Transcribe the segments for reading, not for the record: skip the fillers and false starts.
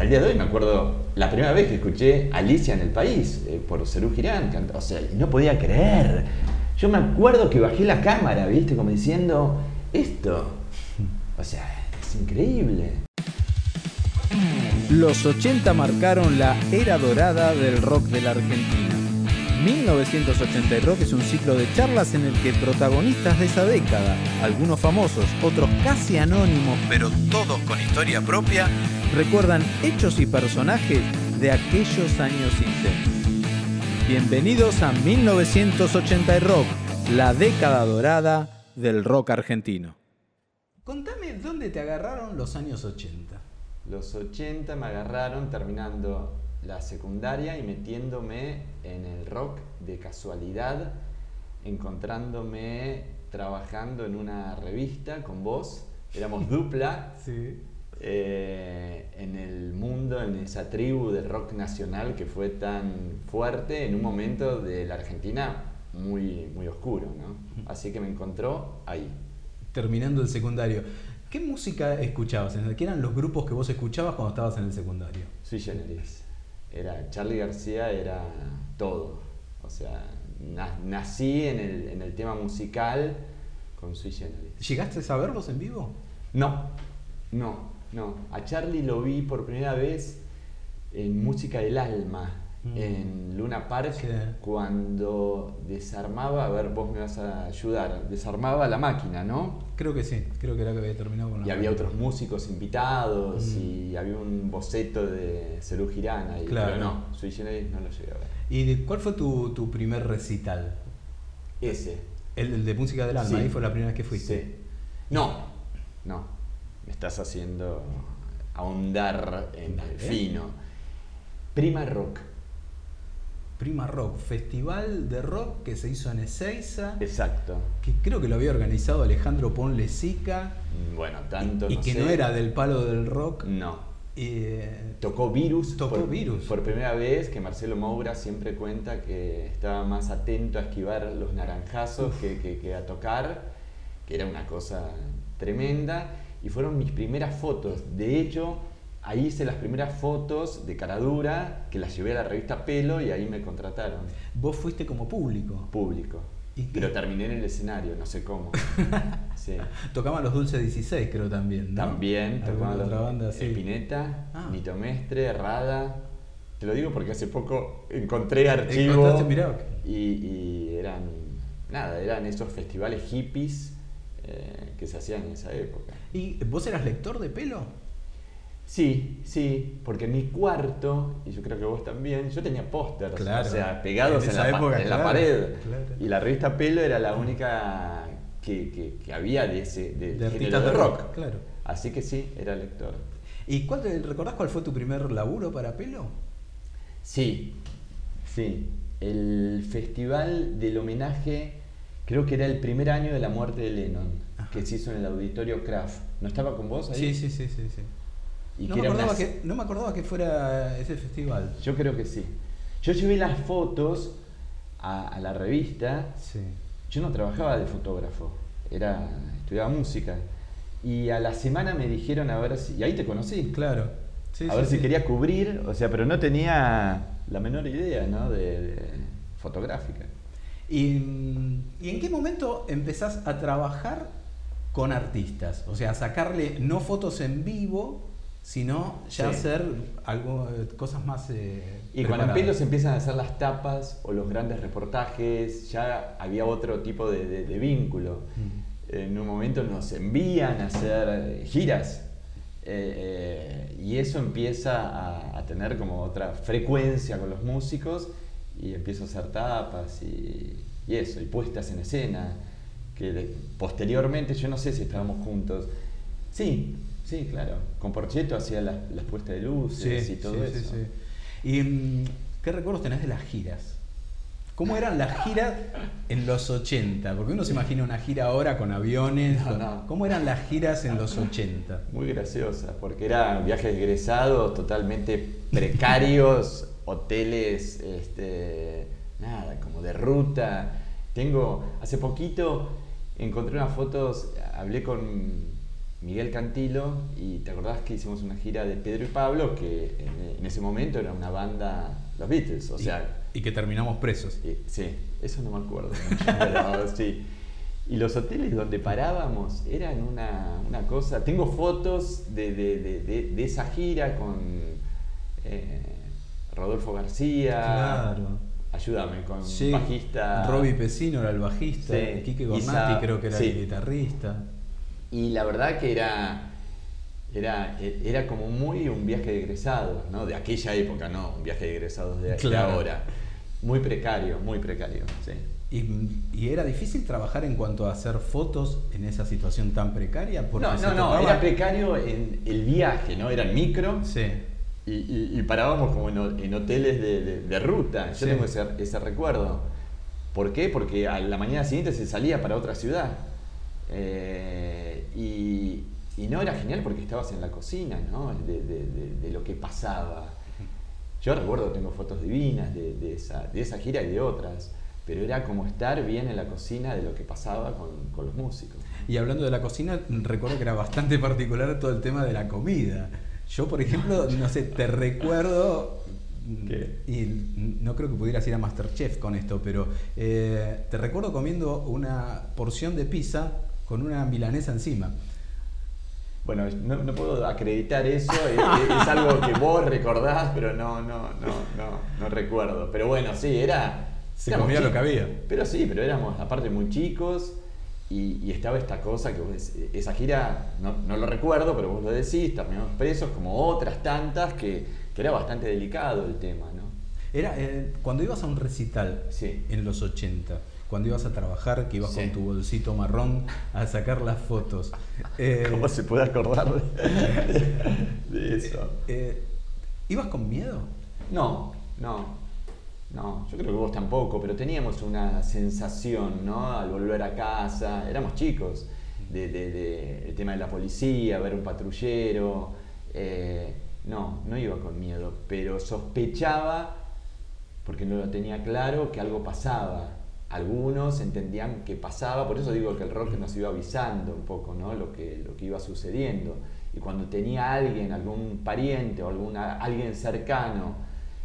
hasta el día de hoy me acuerdo la primera vez que escuché Alicia en el País por Serú Girán, o sea, y no podía creer. Yo me acuerdo que bajé la cámara, ¿viste? Como diciendo, esto, o sea, es increíble. Los 80 marcaron la era dorada del rock de la Argentina. 1980 y Rock es un ciclo de charlas en el que protagonistas de esa década, algunos famosos, otros casi anónimos, pero todos con historia propia, recuerdan hechos y personajes de aquellos años intensos. Bienvenidos a 1980 y Rock, la década dorada del rock argentino. Contame, ¿dónde te agarraron los años 80? Los 80 me agarraron terminando la secundaria y metiéndome en el rock de casualidad, encontrándome trabajando en una revista con vos, éramos dupla. Sí. En el mundo, en esa tribu del rock nacional que fue tan fuerte en un momento de la Argentina muy, muy oscuro, ¿no? Así que me encontró ahí. Terminando el secundario, ¿qué música escuchabas? ¿Qué eran los grupos que vos escuchabas cuando estabas en el secundario? Sui Generis. Charly García era todo. O sea, nací en el tema musical con Sui Generis. ¿Llegaste a verlos en vivo? No. A Charly lo vi por primera vez en Música del Alma, en Luna Park, sí. Cuando desarmaba, a ver, vos me vas a ayudar, desarmaba la máquina, ¿no? Creo que sí, creo que era que había terminado con la máquina. Había otros músicos invitados y había un boceto de Serú Girán ahí, claro. Pero no, Sui Generis no lo llegué a ver. ¿Y cuál fue tu primer recital? Ese. ¿El de Música del Alma? Sí. ¿Ahí fue la primera vez que fuiste? Sí. No. Me estás haciendo ahondar en el fino. Prima Rock, festival de rock que se hizo en Ezeiza. Exacto. Que creo que lo había organizado Alejandro Ponlecica. Bueno, tanto y no que sé. no era del palo del rock. No. Tocó Virus. Virus. Por primera vez, que Marcelo Moura siempre cuenta que estaba más atento a esquivar los naranjazos que a tocar, que era una cosa tremenda. Y fueron mis primeras fotos. De hecho, ahí hice las primeras fotos de caradura, que las llevé a la revista Pelo y ahí me contrataron. ¿Vos fuiste como público? Público. Pero terminé en el escenario, no sé cómo. Sí. Tocaban los Dulce 16, creo también, ¿no? También tocaban otra banda, sí. Spinetta, Nito Mestre, Rada. Te lo digo porque hace poco encontré archivos. ¿Encontraste? Mirá. Y eran esos festivales hippies que se hacían en esa época. ¿Y vos eras lector de Pelo? Sí, porque en mi cuarto, y yo creo que vos también, yo tenía pósters, claro, o sea, pegados en la pared. Claro. Y la revista Pelo era la única que había de artistas de rock. Claro. Así que sí, era lector. ¿Y recordás cuál fue tu primer laburo para Pelo? Sí. El festival del homenaje, creo que era el primer año de la muerte de Lennon, que se hizo en el Auditorio Kraft. ¿No estaba con vos ahí? Sí. Y no me acordaba que fuera ese festival. Yo creo que sí. Yo llevé las fotos a la revista. Sí. Yo no trabajaba de fotógrafo, estudiaba música. Y a la semana me dijeron a ver si... Y ahí te conocí. Claro. A ver si quería cubrir, o sea, pero no tenía la menor idea, ¿no? de fotográfica. ¿Y en qué momento empezás a trabajar con artistas? O sea, a sacarle no fotos en vivo, sino ya hacer cosas más y cuando en Pelo se empiezan a hacer las tapas o los grandes reportajes, ya había otro tipo de vínculo. En un momento nos envían a hacer giras y eso empieza a tener como otra frecuencia con los músicos y empiezo a hacer tapas y eso, y puestas en escena, que posteriormente, yo no sé si estábamos juntos. Sí, claro. Con Porchetto hacía las puestas de luces y todo eso. Sí. ¿Y qué recuerdos tenés de las giras? ¿Cómo eran las giras en los 80? Porque uno se imagina una gira ahora con aviones. No. ¿Cómo eran las giras en los 80? Muy graciosas, porque eran viajes egresados totalmente precarios, hoteles, como de ruta. Hace poquito encontré unas fotos, hablé con Miguel Cantilo, y te acordás que hicimos una gira de Pedro y Pablo, que en ese momento era una banda, los Beatles, o sea... Y que terminamos presos. Sí, eso no me acuerdo mucho, pero sí. Y los hoteles donde parábamos eran una cosa... Tengo fotos de esa gira con Rodolfo García. Claro. Ayúdame, con Sí, bajista... Robbie Pesino era el bajista, Sí, Quique Gornati creo que era el guitarrista. Y la verdad que era como muy un viaje de egresados, ¿no? De aquella época, no, un viaje de egresados de ahora. Muy precario, sí. ¿Y era difícil trabajar en cuanto a hacer fotos en esa situación tan precaria? Porque No, era precario en el viaje, ¿no? Era el micro. Sí. Y parábamos como en hoteles de ruta. Yo tengo ese recuerdo. ¿Por qué? Porque a la mañana siguiente se salía para otra ciudad. Y no era genial porque estabas en la cocina, ¿no? De lo que pasaba. Yo recuerdo, tengo fotos divinas de esa gira y de otras, pero era como estar bien en la cocina de lo que pasaba con los músicos. Y hablando de la cocina, recuerdo que era bastante particular todo el tema de la comida. Yo, por ejemplo, no sé, te recuerdo... ¿Qué? Y no creo que pudieras ir a MasterChef con esto, pero te recuerdo comiendo una porción de pizza con una milanesa encima. Bueno, no puedo acreditar eso, es algo que vos recordás, pero no recuerdo. Pero bueno, sí, se comía lo que había. Pero sí, pero éramos aparte muy chicos y estaba esta cosa que esa gira, no lo recuerdo, pero vos lo decís, terminamos presos como otras tantas que era bastante delicado el tema, ¿no? Era cuando ibas a un recital en los 80, cuando ibas a trabajar, que ibas con tu bolsito marrón a sacar las fotos. ¿Cómo se puede acordar de eso? ¿Ibas con miedo? No, yo creo que vos tampoco, pero teníamos una sensación, ¿no? Al volver a casa, éramos chicos, el tema de la policía, ver un patrullero. No iba con miedo, pero sospechaba, porque no lo tenía claro, que algo pasaba. Algunos entendían que pasaba, por eso digo que el rock nos iba avisando un poco, ¿no? Lo que iba sucediendo. Y cuando tenía alguien, algún pariente o alguien cercano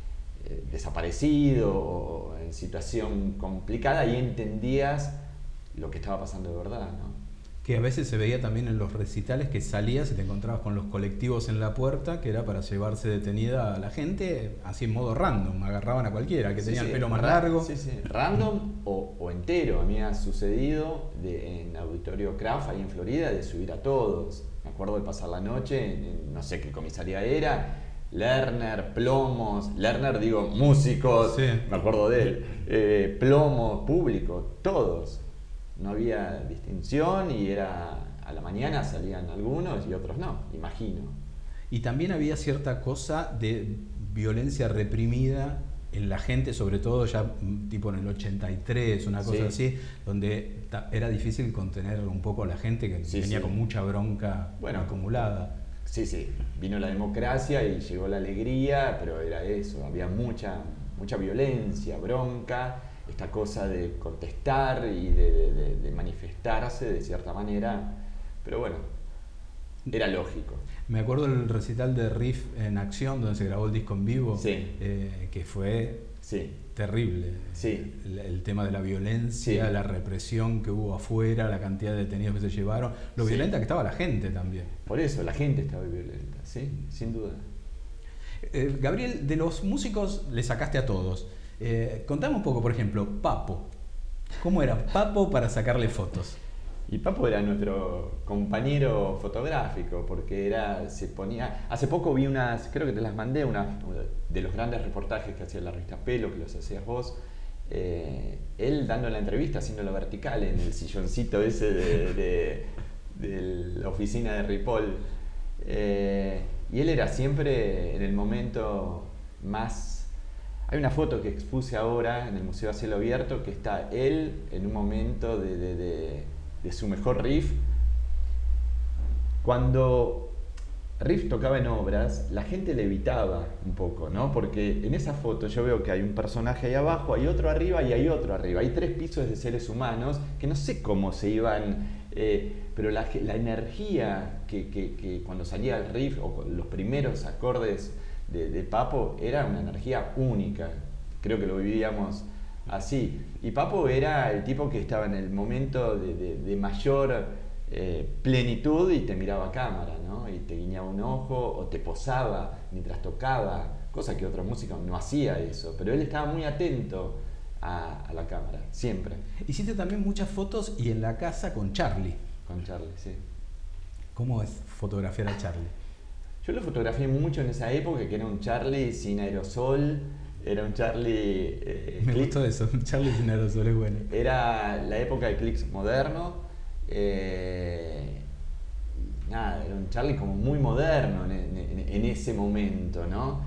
desaparecido o en situación complicada, ahí entendías lo que estaba pasando de verdad, ¿no? Que a veces se veía también en los recitales que salías y te encontrabas con los colectivos en la puerta, que era para llevarse detenida a la gente, así en modo random, agarraban a cualquiera, que tenía el pelo más largo. Sí, random o entero. A mí me ha sucedido en Auditorio Kraft, ahí en Florida, de subir a todos. Me acuerdo de pasar la noche, no sé qué comisaría era, Lerner, Plomos, Lerner digo músicos, me acuerdo de él, Plomos, público, todos. No había distinción y era a la mañana salían algunos y otros no, imagino. Y también había cierta cosa de violencia reprimida en la gente, sobre todo ya tipo en el 83, una cosa así, donde era difícil contener un poco a la gente que venía con mucha bronca acumulada. Sí, vino la democracia y llegó la alegría, pero era eso, había mucha violencia, bronca, esta cosa de contestar y de manifestarse de cierta manera, pero bueno, era lógico. Me acuerdo del recital de Riff en Acción, donde se grabó el disco en vivo, que fue terrible. El tema de la violencia, la represión que hubo afuera, la cantidad de detenidos que se llevaron, lo violenta que estaba la gente también. Por eso, la gente estaba violenta, sin duda. Gabriel, de los músicos le sacaste a todos. Contame un poco, por ejemplo, Papo. ¿Cómo era Papo para sacarle fotos? Y Papo era nuestro compañero fotográfico, porque se ponía... Hace poco vi creo que te las mandé, de los grandes reportajes que hacía la revista Pelo, que los hacías vos. Él dando la entrevista, haciendo la vertical en el silloncito ese de la oficina de Ripoll. Y él era siempre en el momento más... Hay una foto que expuse ahora en el Museo a Cielo Abierto, que está él en un momento de su mejor riff. Cuando Riff tocaba en obras, la gente le evitaba un poco, ¿no? Porque en esa foto yo veo que hay un personaje ahí abajo, hay otro arriba y hay otro arriba. Hay 3 pisos de seres humanos que no sé cómo se iban Pero la energía que cuando salía el riff o los primeros acordes de Papo era una energía única. Creo que lo vivíamos así. Y Papo era el tipo que estaba en el momento de mayor plenitud y te miraba a cámara, ¿no? Y te guiñaba un ojo o te posaba mientras tocaba, cosa que otra música no hacía eso. Pero él estaba muy atento a la cámara, siempre. Hiciste también muchas fotos y en la casa con Charlie. Con Charlie, sí. ¿Cómo es fotografiar a Charlie? Yo lo fotografié mucho en esa época, que era un Charlie sin aerosol, era un Charlie... Me gustó eso, un Charlie sin aerosol es bueno. Era la época de clics moderno, nada, era un Charlie como muy moderno en ese momento, ¿no?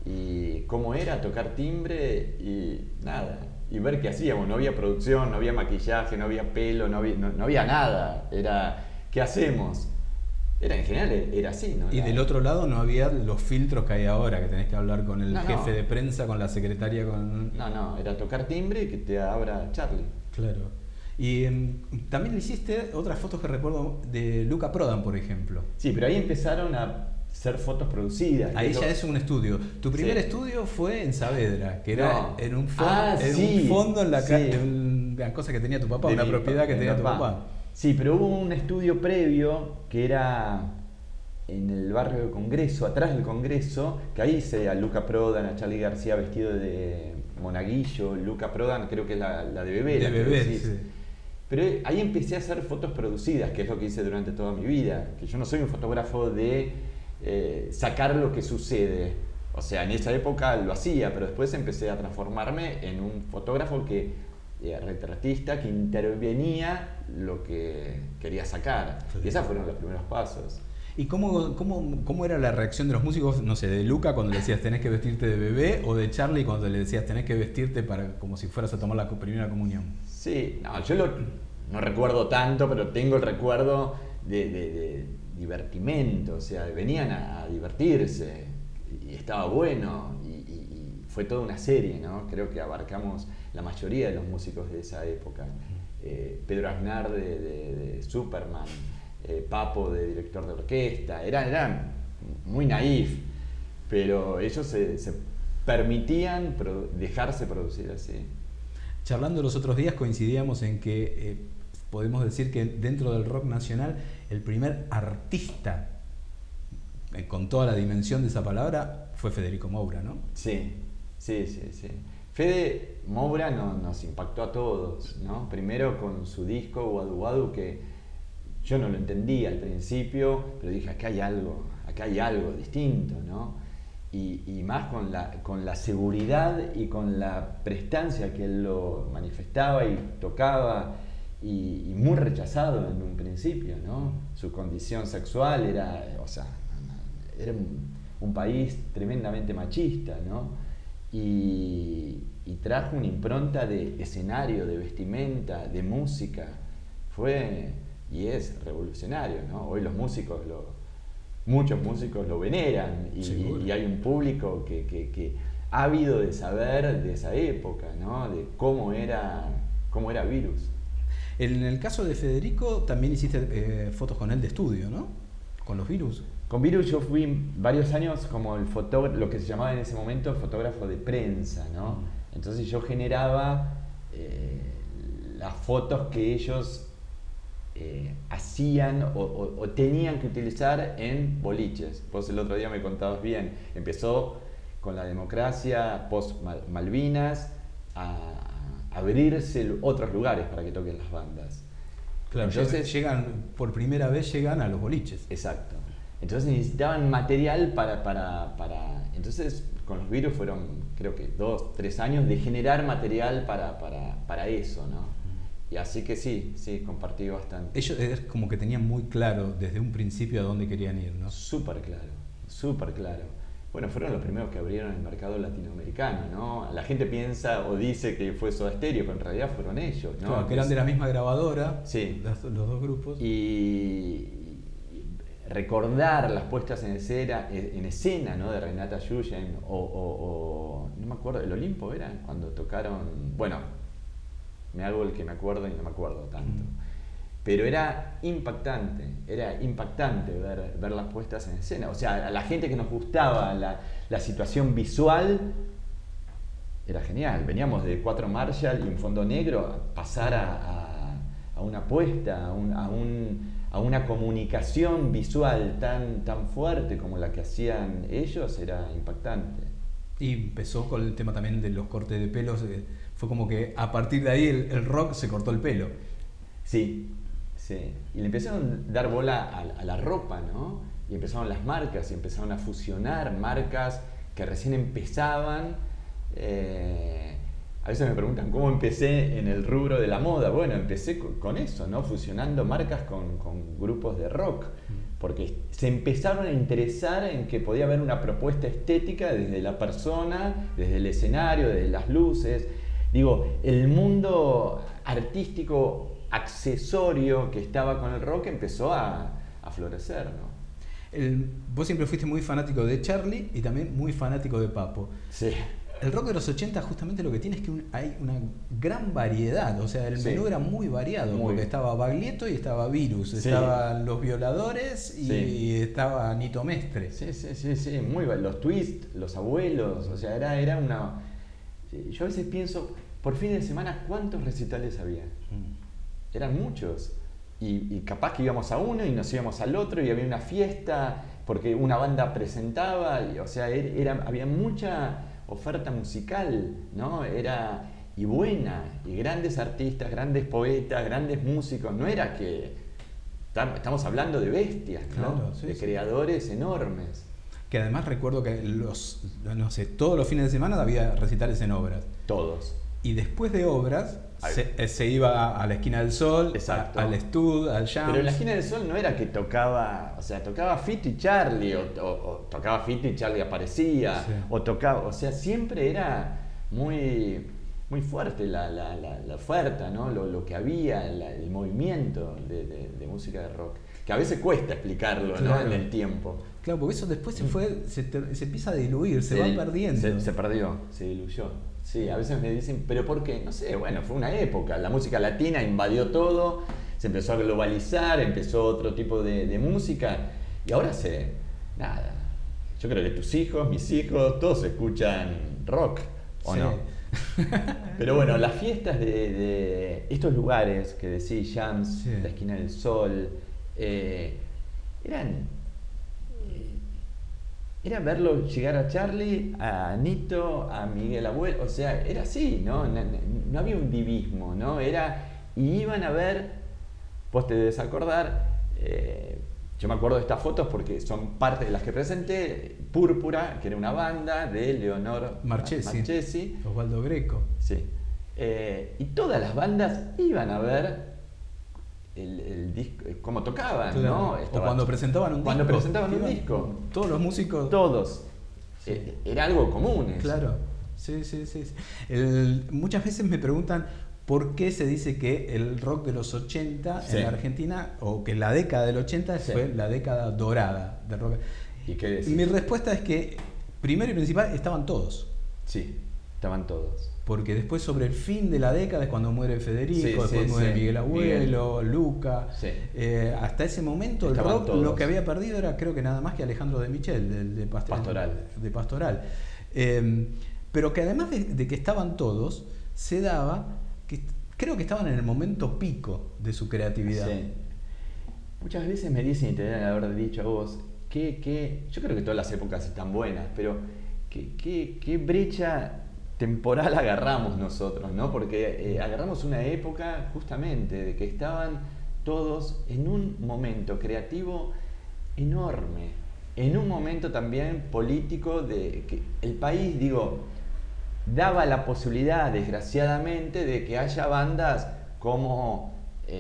Y cómo era tocar timbre y nada, y ver qué hacíamos. No había producción, no había maquillaje, no había pelo, no había nada. Era, ¿qué hacemos? Era, en general era así, ¿no? Y del otro lado no había los filtros que hay ahora, que tenés que hablar con el jefe de prensa, con la secretaria, con... No, era tocar timbre y que te abra Charlie. Claro. Y también le hiciste otras fotos que recuerdo de Luca Prodan, por ejemplo. Sí, pero ahí empezaron a ser fotos producidas. Ahí ya es un estudio. Tu primer estudio fue en Saavedra, que era en un fondo en la calle, una cosa que tenía tu papá, una propiedad que tenía tu papá. Sí, pero hubo un estudio previo que era en el barrio de Congreso, atrás del Congreso, que ahí hice a Luca Prodan, a Charly García vestido de monaguillo. Luca Prodan creo que es la de bebé. De bebé, sí. Pero ahí empecé a hacer fotos producidas, que es lo que hice durante toda mi vida. Que yo no soy un fotógrafo de sacar lo que sucede. O sea, en esa época lo hacía, pero después empecé a transformarme en un fotógrafo retratista que intervenía lo que quería sacar. Y esos fueron los primeros pasos. ¿Y cómo era la reacción de los músicos, no sé, de Luca cuando le decías tenés que vestirte de bebé, o de Charlie cuando le decías tenés que vestirte como si fueras a tomar la primera comunión? Sí, no, yo no recuerdo tanto, pero tengo el recuerdo de divertimento, o sea, venían a divertirse y estaba bueno y fue toda una serie, ¿no? Creo que abarcamos la mayoría de los músicos de esa época. Pedro Aznar de Superman, Papo de director de orquesta, eran muy naif, pero ellos se permitían dejarse producir así. Charlando los otros días coincidíamos en que podemos decir que dentro del rock nacional el primer artista con toda la dimensión de esa palabra fue Federico Moura, ¿no? Sí. Fede Moura nos impactó a todos, ¿no? Primero con su disco Wadu Wadu, que yo no lo entendía al principio, pero dije, acá hay algo distinto, ¿no? Y más con la seguridad y con la prestancia que él lo manifestaba y tocaba, y muy rechazado en un principio, ¿no? Su condición sexual era un país tremendamente machista, ¿no? Y trajo una impronta de escenario, de vestimenta, de música. Fue y es revolucionario, ¿no? Hoy los músicos, muchos músicos lo veneran y hay un público que ávido de saber de esa época, ¿no? De cómo era Virus. En el caso de Federico también hiciste fotos con él de estudio, ¿no? Con los Virus. Con Virus yo fui varios años como el fotógrafo, lo que se llamaba en ese momento fotógrafo de prensa, ¿no? Entonces yo generaba las fotos que ellos hacían o tenían que utilizar en boliches. Vos el otro día me contabas bien, empezó con la democracia post Malvinas a abrirse otros lugares para que toquen las bandas. Claro, entonces por primera vez llegan a los boliches. Exacto. Entonces necesitaban material para... Entonces con los Virus fueron creo que 2-3 años de generar material para eso, ¿no? Y así que sí, compartí bastante. Ellos es como que tenían muy claro desde un principio a dónde querían ir, ¿no? Súper claro. Bueno, fueron los primeros que abrieron el mercado latinoamericano, ¿no? La gente piensa o dice que fue Soda Stereo, pero en realidad fueron ellos, ¿no? Claro, que eran de la misma grabadora, sí. Los dos grupos. Y recordar las puestas en escena, ¿no? De Renata Yuyen o no me acuerdo, el Olimpo era cuando tocaron, bueno, me hago el que me acuerdo y no me acuerdo tanto. pero era impactante ver las puestas en escena. O sea, a la gente que nos gustaba la situación visual, era genial. Veníamos de 4 Marshall y un fondo negro, pasar a una puesta, a una comunicación visual tan fuerte como la que hacían ellos, era impactante. Y empezó con el tema también de los cortes de pelos. Fue como que a partir de ahí el rock se cortó el pelo. Sí. Y le empezaron a dar bola a la ropa, ¿no? Y empezaron las marcas, y empezaron a fusionar marcas que recién empezaban. A veces me preguntan cómo empecé en el rubro de la moda. Bueno, empecé con eso, ¿no? Fusionando marcas con grupos de rock. Porque se empezaron a interesar en que podía haber una propuesta estética desde la persona, desde el escenario, desde las luces. Digo, el mundo artístico accesorio que estaba con el rock empezó a florecer, ¿no? Vos siempre fuiste muy fanático de Charlie y también muy fanático de Papo. Sí. El rock de los 80 justamente lo que tiene es que hay una gran variedad, o sea, el menú era muy variado, porque estaba Baglietto y estaba Virus, estaban Los Violadores y estaba Nito Mestre. Sí, muy los Twist, Los Abuelos, o sea, era una... Yo a veces pienso, por fin de semana, ¿cuántos recitales había? Eran muchos. Y capaz que íbamos a uno y nos íbamos al otro y había una fiesta porque una banda presentaba, o sea, había mucha oferta musical, ¿no? Y buena, y grandes artistas, grandes poetas, grandes músicos. No era que... Estamos hablando de bestias, ¿no? Claro, de creadores enormes. Que además recuerdo que todos los fines de semana había recitales en Obras. Todos. Y después de Obras se iba a la Esquina del Sol, al Stud, al Jam. Pero en la Esquina del Sol no era que tocaba, o sea, tocaba Fito y Charlie, o tocaba Fito y Charlie aparecía, o sea, siempre era muy, muy fuerte la oferta, ¿no? Lo que había, el movimiento de música de rock, que a veces cuesta explicarlo, ¿no? En el tiempo. Claro, porque eso después se empieza a diluir, se va perdiendo. Se perdió, se diluyó. Sí, a veces me dicen, ¿pero por qué? No sé, bueno, fue una época, la música latina invadió todo, se empezó a globalizar, empezó otro tipo de música, y ahora nada, yo creo que tus hijos, mis hijos, todos escuchan rock, ¿o no? Pero bueno, las fiestas de estos lugares que decís, Jams, la Esquina del Sol, era verlo llegar a Charlie, a Nito, a Miguel Abuelo, o sea, era así, ¿no? No había un divismo, ¿no? Y iban a ver, vos te debes acordar, yo me acuerdo de estas fotos porque son parte de las que presenté, Púrpura, que era una banda de Leonor Marchesi, Osvaldo Greco. Sí. Y todas las bandas iban a ver el disco, cómo tocaban, claro, ¿no? O cuando presentaban un disco. Todos los músicos. Todos. Sí. Era algo común eso. Claro. Sí. Muchas veces me preguntan por qué se dice que el rock de los 80 en la Argentina, o que la década del 80 fue la década dorada del rock. ¿Y qué decís? Mi respuesta es que, primero y principal, estaban todos. Sí, estaban todos. Porque después, sobre el fin de la década, es cuando muere Federico, después muere Miguel Abuelo, Luca. Hasta ese momento estaban el rock todos. Lo que había perdido era, creo que nada más que Alejandro de Michel, de Pastoral. Pero que además de que estaban todos, se daba que creo que estaban en el momento pico de su creatividad. Sí. Muchas veces me dicen, y te deben haber dicho a vos, yo creo que todas las épocas están buenas, pero ¿qué brecha temporal agarramos nosotros, ¿no? Porque agarramos una época justamente de que estaban todos en un momento creativo enorme, en un momento también político de que el país, daba la posibilidad, desgraciadamente, de que haya bandas como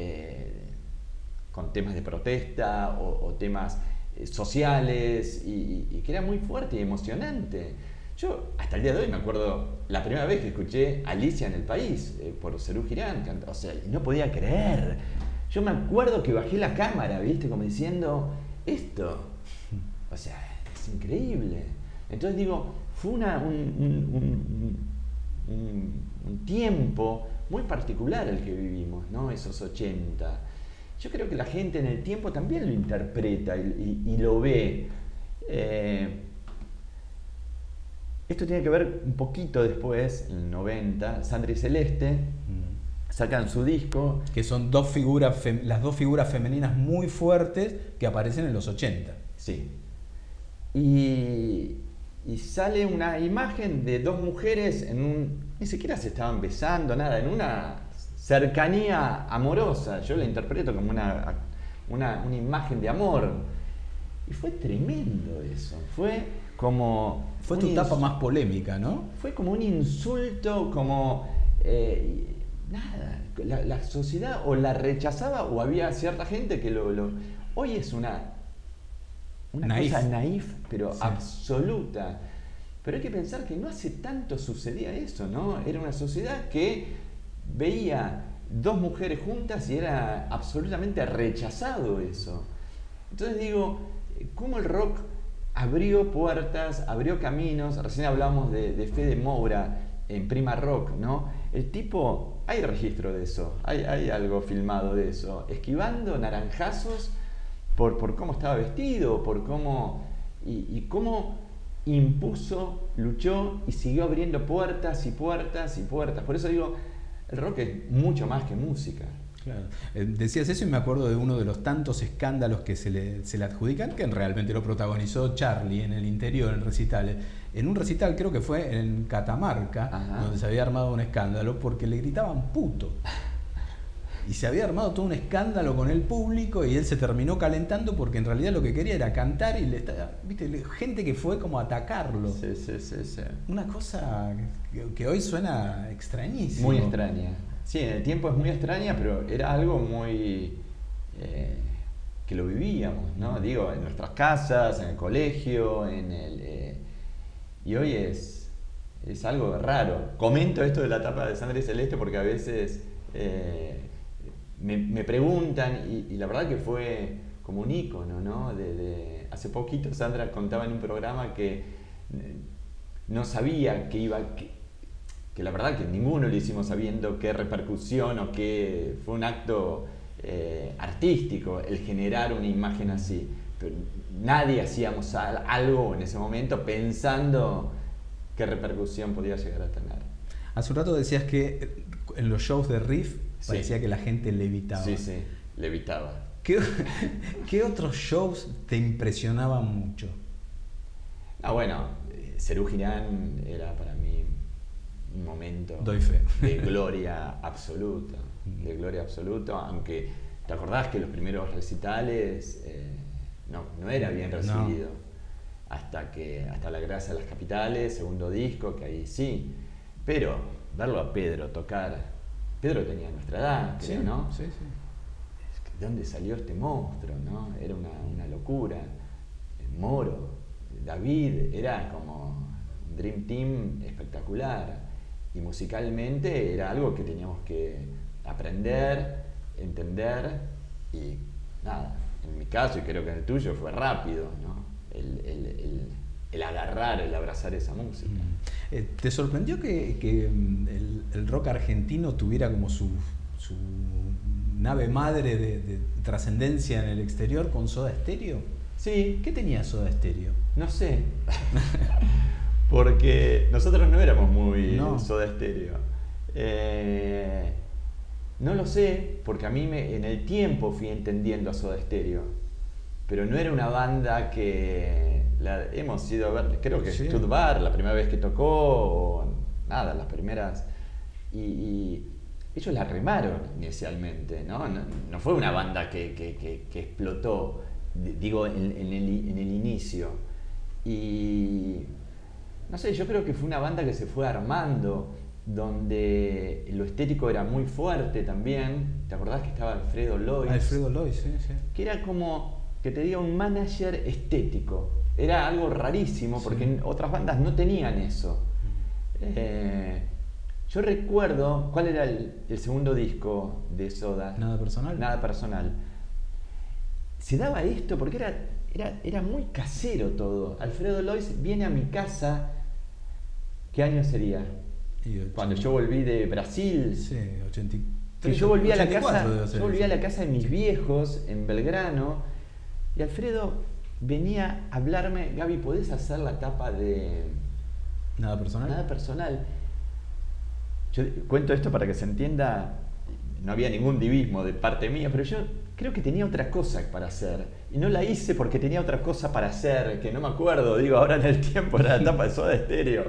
con temas de protesta o temas sociales y que era muy fuerte y emocionante. Yo hasta el día de hoy me acuerdo la primera vez que escuché Alicia en el País por Serú Girán, o sea, no podía creer. Yo me acuerdo que bajé la cámara, ¿viste? Como diciendo, esto, o sea, es increíble. Entonces fue un tiempo muy particular el que vivimos, ¿no? Esos 80. yo creo que la gente en el tiempo también lo interpreta y lo ve. Esto tiene que ver un poquito después, en el 90, Sandra y Celeste sacan su disco. Que son las dos figuras femeninas muy fuertes que aparecen en los 80. Sí. Y sale una imagen de dos mujeres ni siquiera se estaban besando, nada, en una cercanía amorosa. Yo la interpreto como una imagen de amor. Y fue tremendo eso. Fue tu etapa más polémica, ¿no? Fue como un insulto, como nada. La sociedad o la rechazaba o había cierta gente que hoy es una cosa naif, pero sí, absoluta. Pero hay que pensar que no hace tanto sucedía eso, ¿no? Era una sociedad que veía dos mujeres juntas y era absolutamente rechazado eso. Entonces digo, ¿cómo el rock abrió puertas, abrió caminos? Recién hablamos de Fede Moura en Prima Rock, ¿no? El tipo, hay registro de eso, hay algo filmado de eso, esquivando naranjazos por cómo estaba vestido, por cómo y cómo impuso, luchó y siguió abriendo puertas y puertas y puertas. Por eso digo, el rock es mucho más que música. Claro. Decías eso y me acuerdo de uno de los tantos escándalos que se le adjudican, que realmente lo protagonizó Charlie en el interior, en recitales. En un recital, creo que fue en Catamarca, ajá, donde se había armado un escándalo porque le gritaban puto. Y se había armado todo un escándalo con el público y él se terminó calentando porque en realidad lo que quería era cantar y ¿viste? Gente que fue como a atacarlo. Sí. Una cosa que hoy suena extrañísima. Muy extraña. Sí, en el tiempo es muy extraña, pero era algo muy... que lo vivíamos, ¿no? Digo, en nuestras casas, en el colegio, y hoy es algo raro. Comento esto de la etapa de Sandra y Celeste porque a veces me preguntan, y la verdad que fue como un ícono, ¿no? Hace poquito Sandra contaba en un programa que no sabía que la verdad que ninguno lo hicimos sabiendo qué repercusión o qué fue un acto artístico el generar una imagen así. Pero nadie hacíamos algo en ese momento pensando qué repercusión podía llegar a tener. Hace un rato decías que en los shows de Riff parecía que la gente levitaba. Sí, levitaba. ¿Qué otros shows te impresionaban mucho? Bueno, Serú Girán era para mí un momento Doy fe. de gloria absoluta, aunque te acordás que los primeros recitales no era bien recibido, hasta La Grasa de las Capitales, segundo disco, que ahí sí, pero verlo a Pedro tocar, Pedro tenía nuestra edad, creo, ¿no? Sí. ¿De dónde salió este monstruo, no? Era una locura. Moro, David, era como un Dream Team espectacular. Y musicalmente era algo que teníamos que aprender, entender y nada. En mi caso, y creo que en el tuyo, fue rápido, ¿no? El agarrar, el abrazar esa música. ¿Te sorprendió que el rock argentino tuviera como su nave madre de trascendencia en el exterior con Soda Stereo? Sí. ¿Qué tenía Soda Stereo? No sé. Porque nosotros no éramos muy Soda Stereo. No lo sé, porque a mí en el tiempo fui entendiendo a Soda Stereo. Pero no era una banda que hemos ido a ver, creo que Stud Bar, la primera vez que tocó, o nada, las primeras. Y ellos la remaron inicialmente, ¿no? No fue una banda que explotó, digo, en el inicio. Y no sé, yo creo que fue una banda que se fue armando, donde lo estético era muy fuerte también. ¿Te acordás que estaba Alfredo Lois? Alfredo Lois, sí. Que era como, que te diga, un manager estético. Era algo rarísimo, porque otras bandas no tenían eso. Yo recuerdo, ¿cuál era el segundo disco de Soda? Nada Personal. Nada Personal. Se daba esto porque era muy casero todo. Alfredo Lois viene a mi casa. ¿Qué año sería? Cuando yo volví de Brasil. Sí, que yo volví a la 84 debe casa, ser yo volví eso. a la casa de mis viejos en Belgrano y Alfredo venía a hablarme, Gaby, ¿podés hacer la tapa de Nada personal. Nada Personal? Yo cuento esto para que se entienda, no había ningún divismo de parte mía, pero yo creo que tenía otra cosa para hacer y no la hice porque tenía otra cosa para hacer, que no me acuerdo, digo, ahora en el tiempo era la tapa de Soda Stereo.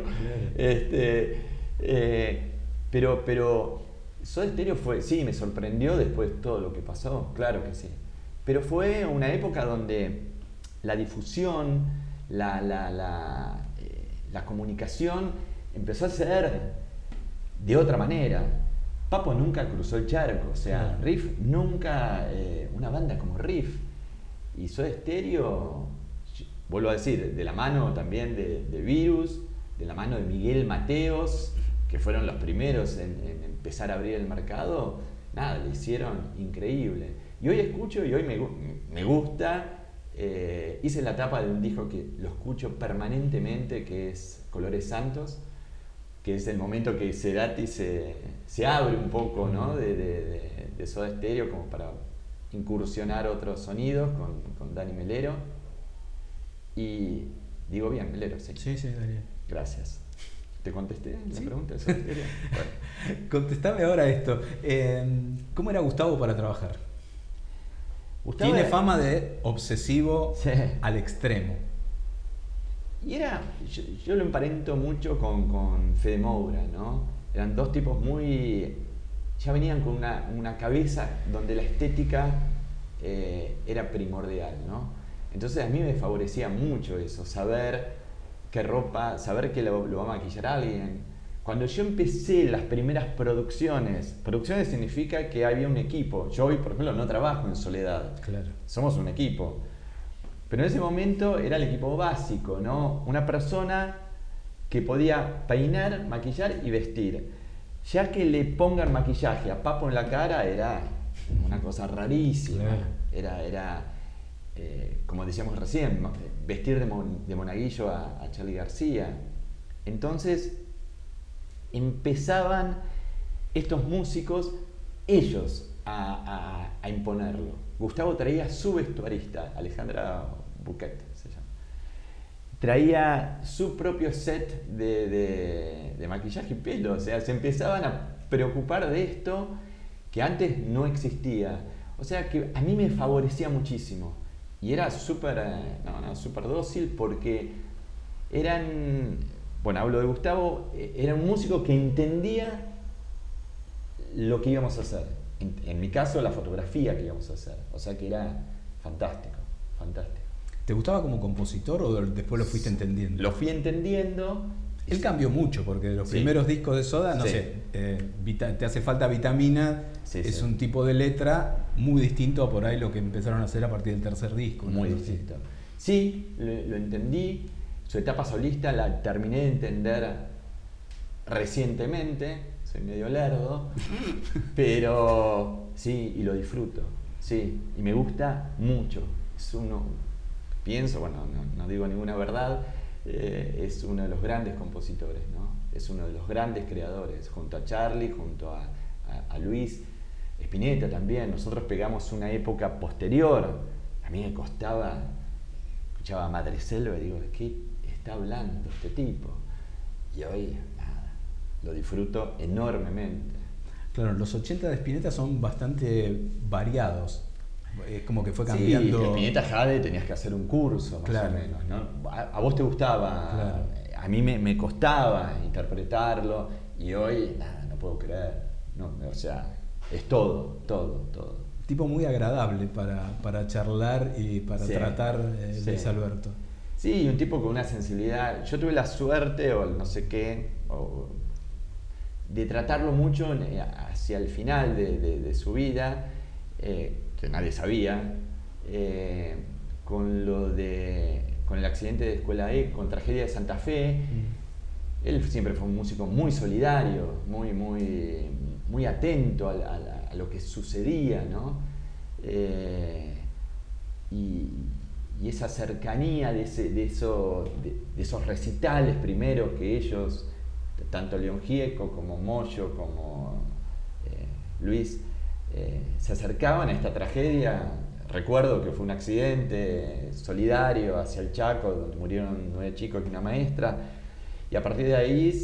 Pero Soda Stereo fue, sí, me sorprendió después todo lo que pasó, claro que sí. Pero fue una época donde la difusión, la comunicación empezó a ser de otra manera. Papo nunca cruzó el charco, o sea, Riff nunca, una banda como Riff. Y Soda Stereo, vuelvo a decir, de la mano también de Virus, de la mano de Miguel Mateos, que fueron los primeros en empezar a abrir el mercado, nada, lo hicieron increíble. Y hoy escucho y hoy me gusta. Hice la tapa de un disco que lo escucho permanentemente, que es Colores Santos, que es el momento que Cerati se abre un poco, ¿no? de Soda Stereo, como para incursionar otros sonidos con Dani Melero. Y digo bien, Melero, sí. Sí, Daniel. Gracias. ¿Te contesté la ¿Sí? pregunta de Soda Stereo? Bueno. Contestame ahora esto. ¿Cómo era Gustavo para trabajar? Gustavo Tiene era- fama de obsesivo Sí. al extremo. Y yo lo emparento mucho con Fede Moura, ¿no? Eran dos tipos ya venían con una cabeza donde la estética era primordial, ¿no? Entonces a mí me favorecía mucho eso, saber qué ropa, saber que lo va a maquillar alguien. Cuando yo empecé las primeras producciones significa que había un equipo. Yo hoy, por ejemplo, no trabajo en soledad. Claro. Somos un equipo. Pero en ese momento era el equipo básico, ¿no? Una persona que podía peinar, maquillar y vestir. Ya que le pongan maquillaje a Papo en la cara era una cosa rarísima. Claro. Era como decíamos recién, vestir de monaguillo a Charly García. Entonces empezaban estos músicos, ellos, a imponerlo. Gustavo traía su vestuarista, Alejandra Buquet se llama. Traía su propio set de maquillaje y pelo. O sea, se empezaban a preocupar de esto que antes no existía. O sea, que a mí me favorecía muchísimo. Y era súper dócil porque eran... Bueno, hablo de Gustavo, era un músico que entendía lo que íbamos a hacer. En mi caso, la fotografía que íbamos a hacer. O sea que era fantástico, fantástico. ¿Te gustaba como compositor o después lo fuiste entendiendo? Lo fui entendiendo. Él cambió mucho porque los Sí. primeros discos de Soda, no Sí. sé, Te hace falta vitamina, Sí, es sí. un tipo de letra muy distinto a por ahí lo que empezaron a hacer a partir del tercer disco. ¿no? Muy Sí. distinto. Sí, lo entendí. Su etapa solista la terminé de entender recientemente. Soy medio lerdo. Pero sí, y lo disfruto. Sí, y me gusta mucho. Es uno, pienso, bueno, no digo ninguna verdad, es uno de los grandes compositores, ¿no? Es uno de los grandes creadores, junto a Charly, junto a Luis Spinetta también. Nosotros pegamos una época posterior. A mí me costaba, escuchaba a Madreselva y digo, ¿de qué está hablando este tipo? Y hoy, nada, lo disfruto enormemente. Claro, los 80 de Spinetta son bastante variados. Es como que fue cambiando. Sí, Spinetta Jade tenías que hacer un curso, más Claro. o menos, ¿no? A vos te gustaba, Claro. A mí me costaba interpretarlo y hoy, nada, no puedo creer. No, o sea, es todo. Tipo muy agradable para charlar y para Sí, tratar sí. Luis Alberto. Sí, un tipo con una sensibilidad. Yo tuve la suerte, o no sé qué, de tratarlo mucho hacia el final de su vida, que nadie sabía, con el accidente de Escuela E, con Tragedia de Santa Fe. Él siempre fue un músico muy solidario, muy atento a lo que sucedía, ¿no? Y esa cercanía de esos recitales primeros que ellos, tanto León Gieco como Moyo, como Luis se acercaban a esta tragedia. Recuerdo que fue un accidente solidario hacia el Chaco, donde murieron 9 chicos y una maestra, y a partir de ahí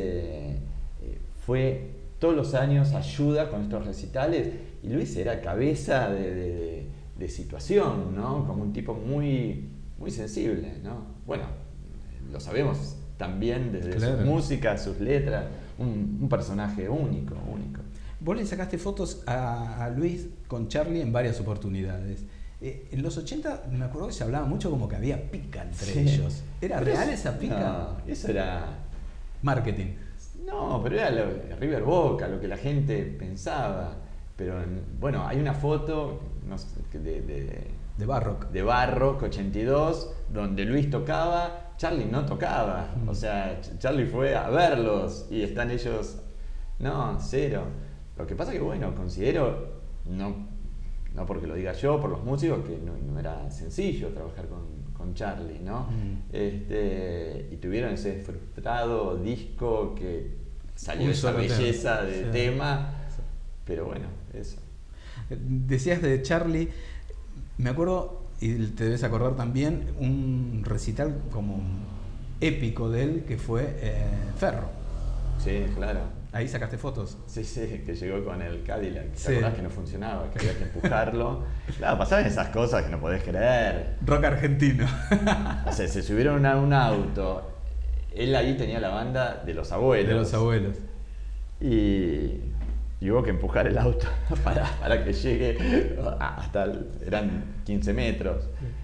fue todos los años ayuda con estos recitales, y Luis era cabeza de situación, ¿no? Como un tipo muy, muy sensible, ¿no? Bueno, lo sabemos también desde sus músicas, sus letras, un personaje único. Vos le sacaste fotos a Luis con Charlie en varias oportunidades. En los 80 me acuerdo que se hablaba mucho como que había pica entre ellos. ¿Era real esa pica? No, eso era... marketing. No, pero era River Boca, lo que la gente pensaba. Pero bueno, hay una foto de Barrock. De Barrock 82, donde Luis tocaba, Charlie no tocaba. O sea, Charlie fue a verlos y están ellos... No, cero. Lo que pasa que, bueno, considero, no porque lo diga yo, por los músicos, que no era sencillo trabajar con Charlie, ¿no? Y tuvieron ese frustrado disco que salió esa belleza de tema, pero bueno, eso. Decías de Charlie, me acuerdo, y te debes acordar también, un recital como épico de él que fue Ferro. Sí, claro. Ahí sacaste fotos. Sí, que llegó con el Cadillac. ¿Te acordás que no funcionaba? Que había que empujarlo. Claro, pasaban esas cosas que no podés creer. Rock argentino. O sea, se subieron a un auto. Él ahí tenía la banda de los abuelos. De los abuelos. Y hubo que empujar el auto para que llegue hasta... eran 15 metros.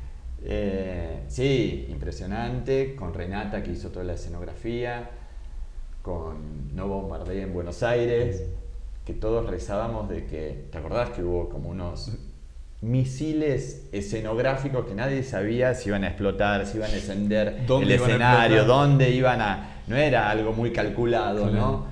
Sí, impresionante. Con Renata, que hizo toda la escenografía. Con No Bombardé en Buenos Aires, que todos rezábamos de que, ¿te acordás que hubo como unos misiles escenográficos que nadie sabía si iban a explotar, si iban a encender el escenario, dónde iban a... No era algo muy calculado, claro, ¿no?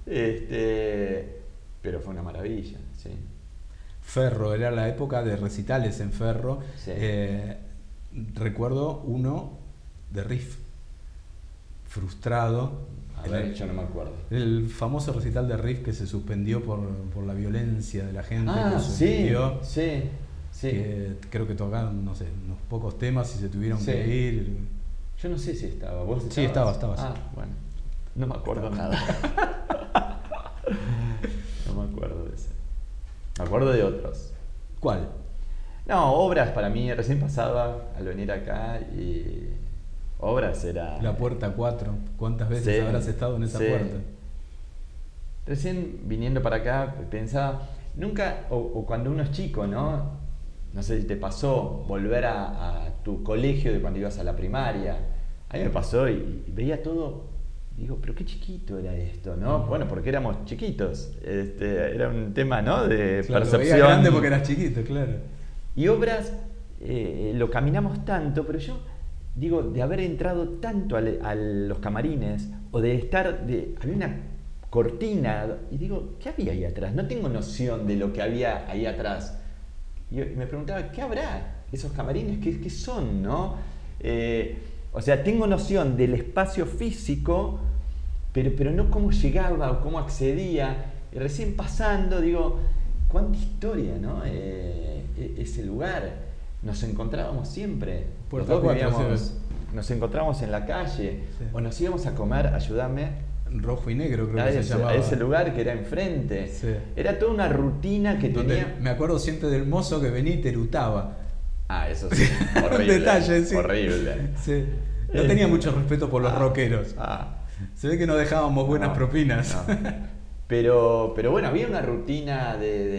Pero fue una maravilla, sí. Ferro, era la época de recitales en Ferro. Sí. Recuerdo uno de Riff, frustrado. A ver, yo no me acuerdo. El famoso recital de Riff que se suspendió por la violencia de la gente. Sí. Que creo que tocaron, no sé, unos pocos temas y se tuvieron que ir. Yo no sé si estaba. ¿Vos estabas? Sí, estabas. Bueno. No me acuerdo nada. No me acuerdo de ese. Me acuerdo de otros. ¿Cuál? No, Obras para mí. Recién pasaba al venir acá y... Obras era... La Puerta 4. ¿Cuántas veces habrás estado en esa puerta? Recién viniendo para acá pensaba, nunca, o cuando uno es chico, ¿no? No sé si te pasó volver a tu colegio de cuando ibas a la primaria. A mí me pasó y veía todo, digo, pero qué chiquito era esto, ¿no? Bueno, porque éramos chiquitos. Era un tema, ¿no? De percepción. Lo veía grande porque eras chiquito, claro. Y Obras, lo caminamos tanto, pero yo... Digo, de haber entrado tanto a los camarines, o de estar, había una cortina, y digo, ¿qué había ahí atrás? No tengo noción de lo que había ahí atrás. Y me preguntaba, ¿qué habrá esos camarines? ¿Qué son, no? O sea, tengo noción del espacio físico, pero no cómo llegaba o cómo accedía. Y recién pasando, digo, cuánta historia, ¿no? Ese lugar. Nos encontrábamos siempre. Los dos vivíamos, nos encontrábamos en la calle, o nos íbamos a comer, ayúdame. Rojo y Negro, creo que se llamaba. A ese lugar que era enfrente. Sí. Era toda una rutina que tenía. Me acuerdo siempre del mozo que venía y te erutaba. Eso sí, horrible. Detalle, sí. Horrible. Sí. No tenía mucho respeto por los rockeros. Se ve que no dejábamos buenas propinas. No. Pero bueno, había una rutina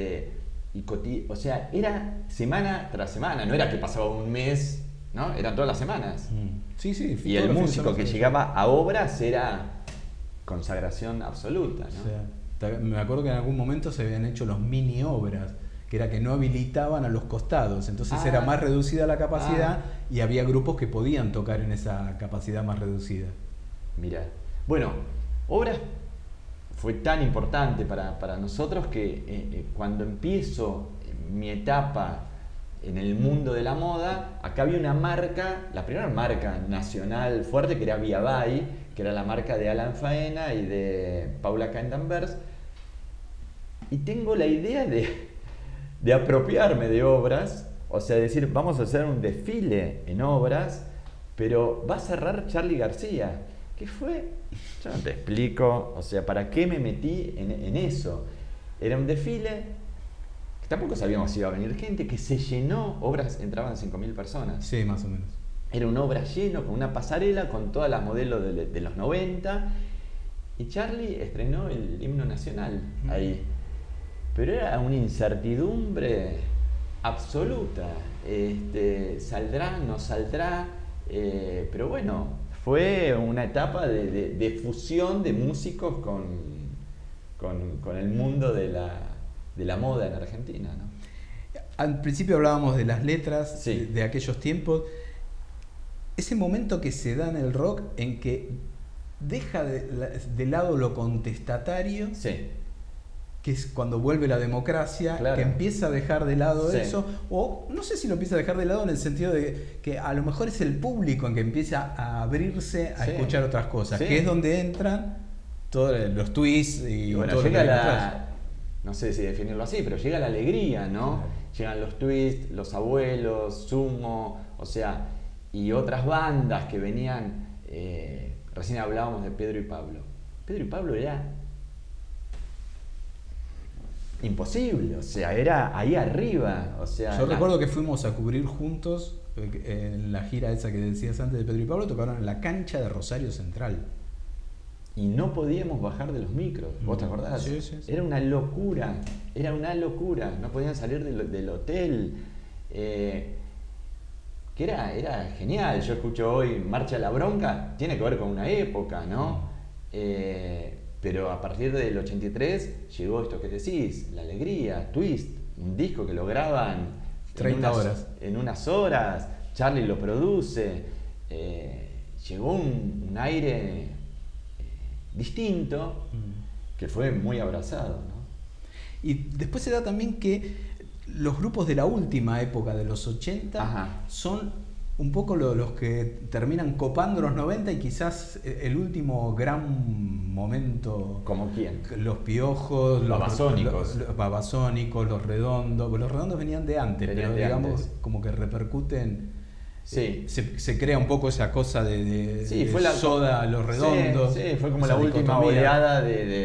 o sea, era semana tras semana, no era que pasaba un mes, ¿no? Eran todas las semanas. Sí. Y el músico que llegaba a Obras era consagración absoluta, ¿no? O sea, me acuerdo que en algún momento se habían hecho los mini Obras, que era que no habilitaban a los costados, entonces era más reducida la capacidad y había grupos que podían tocar en esa capacidad más reducida. Mirá, bueno, Obras fue tan importante para nosotros que cuando empiezo mi etapa en el mundo de la moda, acá había una marca, la primera marca nacional fuerte, que era Via Vai, que era la marca de Alan Faena y de Paula Candenberg. Y tengo la idea de apropiarme de obras, o sea, decir, vamos a hacer un desfile en obras, pero va a cerrar Charly García. ¿Qué fue? Yo no te explico, o sea, ¿para qué me metí en eso? Era un desfile que tampoco sabíamos si iba a venir gente, que se llenó, obras entraban 5.000 personas. Sí, más o menos. Era una obra lleno, con una pasarela, con todas las modelos de los 90, y Charly estrenó el himno nacional ahí. Pero era una incertidumbre absoluta. ¿Saldrá, no saldrá? Pero bueno, fue una etapa de fusión de músicos con el mundo de la moda en Argentina, ¿no? Al principio hablábamos de las letras, Sí. de aquellos tiempos. Ese momento que se da en el rock en que deja de lado lo contestatario, Sí. que es cuando vuelve la democracia, Claro. que empieza a dejar de lado Sí. eso, o no sé si lo empieza a dejar de lado en el sentido de que a lo mejor es el público en que empieza a abrirse a Sí. escuchar otras cosas, Sí. que es donde entran todos los twists y bueno, todo lo que llega hay detrás. no sé si definirlo así, pero llega la alegría, ¿no? Claro. Llegan los twists, los abuelos, Sumo, o sea, y otras bandas que venían, recién hablábamos de Pedro y Pablo. Pedro y Pablo era imposible, o sea, era ahí arriba, o sea... Yo recuerdo que fuimos a cubrir juntos en la gira esa que decías antes de Pedro y Pablo, tocaron en la cancha de Rosario Central. Y no podíamos bajar de los micros, ¿vos te acordás? Sí, sí, sí. Era una locura, no podían salir del hotel, que era genial. Yo escucho hoy Marcha a la Bronca, tiene que ver con una época, ¿no? Pero a partir del 83 llegó esto que decís, La Alegría, Twist, un disco que lo graban 30 horas. En unas horas, Charly lo produce, llegó un aire distinto que fue muy abrazado, ¿no? Y después se da también que los grupos de la última época de los 80 Ajá. son un poco los que terminan copando los 90 y quizás el último gran momento. ¿Como quién? Los Piojos, Babasónicos. los Babasónicos, los Redondos. Los Redondos venían de antes, Venían pero de digamos antes. como que repercuten. Sí. Se crea un poco esa cosa de Sí, fue la Soda, Los Redondos. Sí, fue como esa la última dicotomía. oleada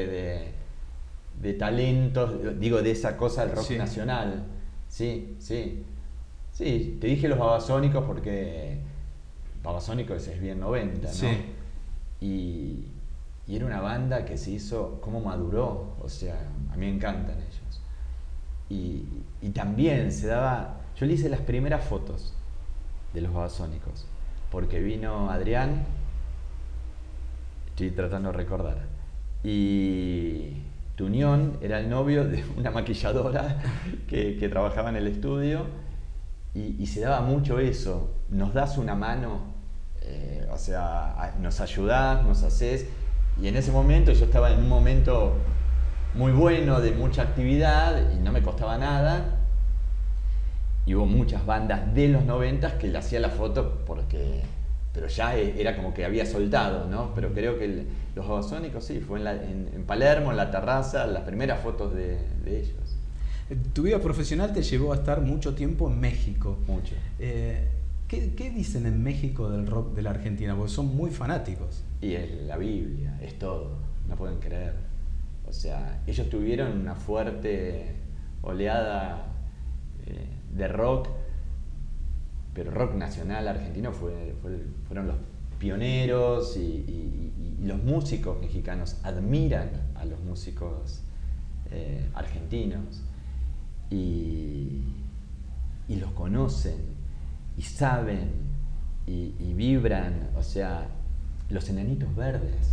de talentos, digo, de esa cosa del rock Sí. nacional. Sí, sí. Sí, te dije los Babasónicos porque Babasónicos es bien 90, ¿no? Sí. Y era una banda que se hizo, cómo maduró, o sea, a mí me encantan ellos. Y también se daba, yo le hice las primeras fotos de los Babasónicos, porque vino Adrián, estoy tratando de recordar, y Tuñón era el novio de una maquilladora que trabajaba en el estudio, y se daba mucho eso, nos das una mano, o sea, nos ayudás, nos haces, y en ese momento yo estaba en un momento muy bueno, de mucha actividad, y no me costaba nada. Y hubo muchas bandas de los 90 que le hacía la foto pero ya era como que había soltado, ¿no? Pero creo que los Babasónicos sí, fue en Palermo, en la terraza, las primeras fotos de ellos. Tu vida profesional te llevó a estar mucho tiempo en México. Mucho. ¿Qué dicen en México del rock de la Argentina? Porque son muy fanáticos. Y es la Biblia, es todo, no pueden creer. O sea, ellos tuvieron una fuerte oleada de rock, pero rock nacional argentino fueron los pioneros, y los músicos mexicanos admiran a los músicos argentinos y los conocen y saben y vibran. O sea, los Enanitos Verdes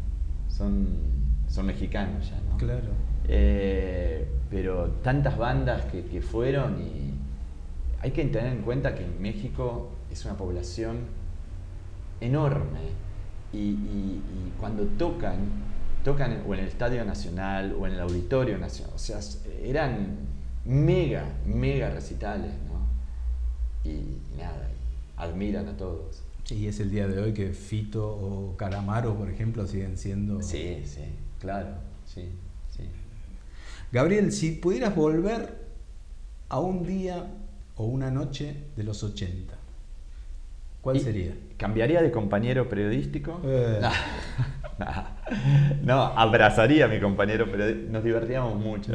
son mexicanos ya, ¿no? Claro. Pero tantas bandas que fueron, y hay que tener en cuenta que México es una población enorme, y cuando tocan o en el Estadio Nacional o en el Auditorio Nacional, o sea, eran mega recitales, ¿no? Y nada, admiran a todos. Y es el día de hoy que Fito o Calamaro, por ejemplo, siguen siendo... Sí, claro, sí. Gabriel, si pudieras volver a un día o una noche de los 80, ¿cuál sería? ¿Cambiaría de compañero periodístico? No, abrazaría a mi compañero periodístico. Nos divertíamos mucho.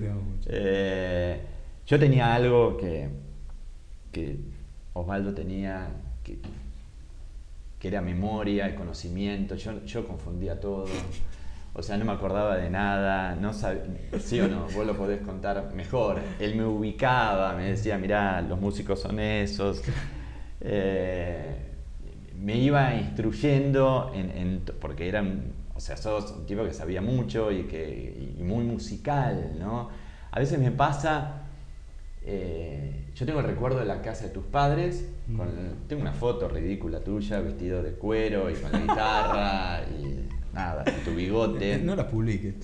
Yo tenía algo que Osvaldo tenía, que era memoria y conocimiento. Yo confundía todo. O sea, no me acordaba de nada, no sabía, sí o no, vos lo podés contar mejor. Él me ubicaba, me decía, mirá, los músicos son esos. Me iba instruyendo porque o sea, sos un tipo que sabía mucho y muy musical, ¿no? A veces me pasa, yo tengo el recuerdo de la casa de tus padres, tengo una foto ridícula tuya, vestido de cuero y con la guitarra y nada, y tu bigote. No la publiques.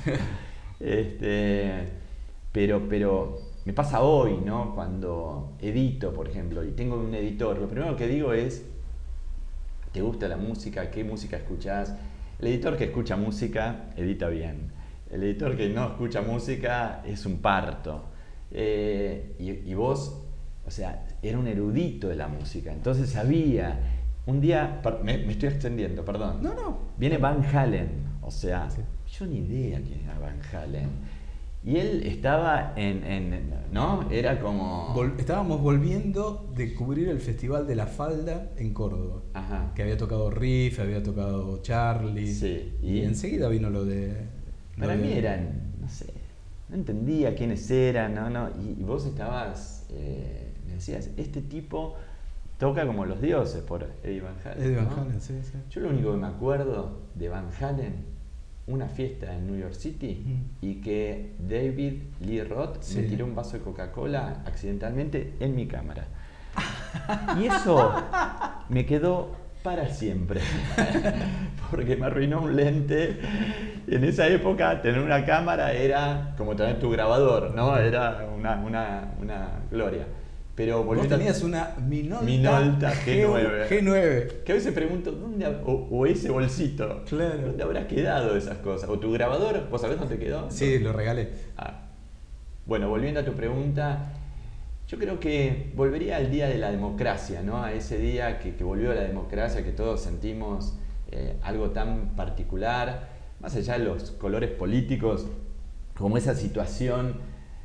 Pero me pasa hoy, ¿no? Cuando edito, por ejemplo, y tengo un editor, lo primero que digo es, ¿te gusta la música? ¿Qué música escuchás? El editor que escucha música edita bien. El editor que no escucha música es un parto. Y vos, o sea, era un erudito de la música, entonces sabía. Un día, me estoy extendiendo, perdón. No. Viene Van Halen, o sea, sí. Yo ni idea quién era Van Halen. Y él estaba ¿no? Era como... Estábamos volviendo de cubrir el Festival de la Falda en Córdoba. Ajá. Que había tocado Riff, había tocado Charlie. Sí. Y enseguida vino lo de... Para mí eran, no sé, no entendía quiénes eran, ¿no? Y vos estabas, me decías, este tipo toca como los dioses por Eddie Van Halen. Eddie Van ¿no? Halen, sí. Yo lo único que me acuerdo de Van Halen, una fiesta en New York City, y que David Lee Roth me tiró un vaso de Coca-Cola accidentalmente en mi cámara. Y eso me quedó para siempre, porque me arruinó un lente. En esa época tener una cámara era como tener tu grabador, ¿no? Era una gloria. Pero vos tenías una Minolta G9. Que a veces pregunto, ¿dónde o ese bolsito? Claro. ¿Dónde habrás quedado esas cosas? ¿O tu grabador? ¿Vos sabés dónde quedó? Sí, lo regalé. Bueno, volviendo a tu pregunta, yo creo que volvería al día de la democracia, ¿no? A ese día que volvió la democracia, que todos sentimos algo tan particular, más allá de los colores políticos, como esa situación,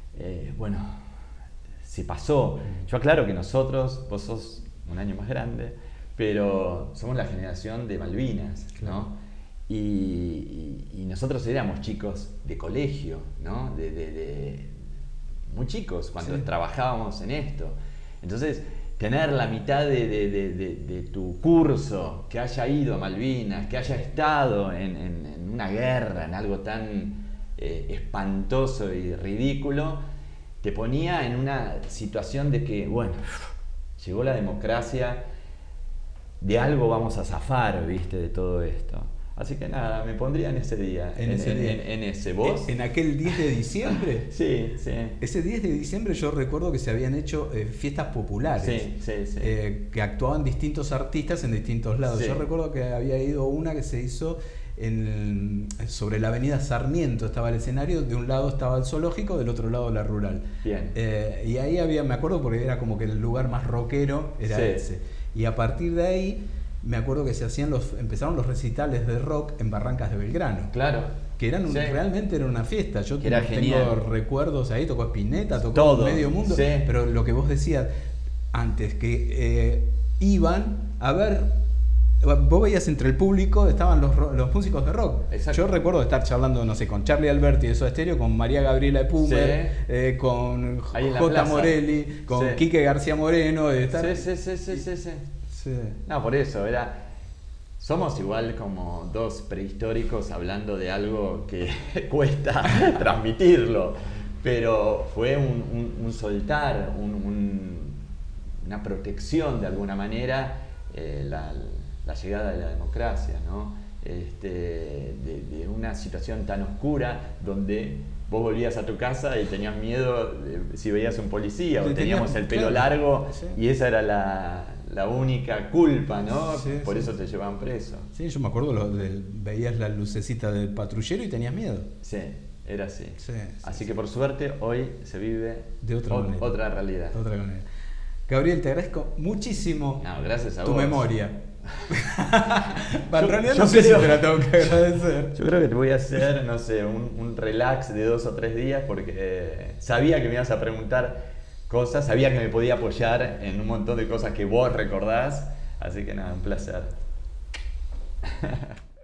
se pasó. Yo aclaro que nosotros, vos sos un año más grande, pero somos la generación de Malvinas, ¿no? Y nosotros éramos chicos de colegio, ¿no? Muy chicos cuando trabajábamos en esto. Entonces, tener la mitad de tu curso que haya ido a Malvinas, que haya estado en una guerra, en algo tan espantoso y ridículo, te ponía en una situación de que, bueno, llegó la democracia, de algo vamos a zafar, ¿viste? De todo esto. Así que nada, me pondría en ese día. En ese. ¿Vos? ¿En aquel 10 de diciembre? Sí. Ese 10 de diciembre yo recuerdo que se habían hecho fiestas populares. Sí. Que actuaban distintos artistas en distintos lados. Sí. Yo recuerdo que había ido una que se hizo sobre la avenida Sarmiento, estaba el escenario, de un lado estaba el zoológico, del otro lado la rural. Bien. Y ahí había, me acuerdo porque era como que el lugar más rockero era ese. Y a partir de ahí me acuerdo que empezaron los recitales de rock en Barrancas de Belgrano. Claro. Que realmente era una fiesta. Yo era tengo recuerdos ahí, tocó Spinetta, tocó Medio Mundo. Sí. Pero lo que vos decías antes, que iban a ver. Vos veías entre el público, estaban los músicos de rock. Exacto. Yo recuerdo estar charlando, no sé, con Charlie Alberti de Soda Stereo, con María Gabriela de Pumer, con J. Morelli, con Quique García Moreno. Sí. No, por eso, somos igual como dos prehistóricos hablando de algo que cuesta transmitirlo, pero fue un soltar, una protección de alguna manera, la llegada de la democracia, ¿no? De una situación tan oscura donde vos volvías a tu casa y tenías miedo si veías un policía, o teníamos el pelo largo y esa era la única culpa, ¿no? Por eso te llevaban preso. Sí, yo me acuerdo, veías la lucecita del patrullero y tenías miedo. Sí. Era así. Sí, Así que por suerte hoy se vive de otra manera. otra realidad. De otra manera. Gabriel, te agradezco muchísimo No, gracias a tu vos. memoria. En realidad yo no sé si creo- te la tengo que agradecer. Yo creo que te voy a hacer, no sé, un relax de 2 o 3 días porque sabía que me ibas a preguntar cosas, sabía que me podía apoyar en un montón de cosas que vos recordás, así que nada, un placer.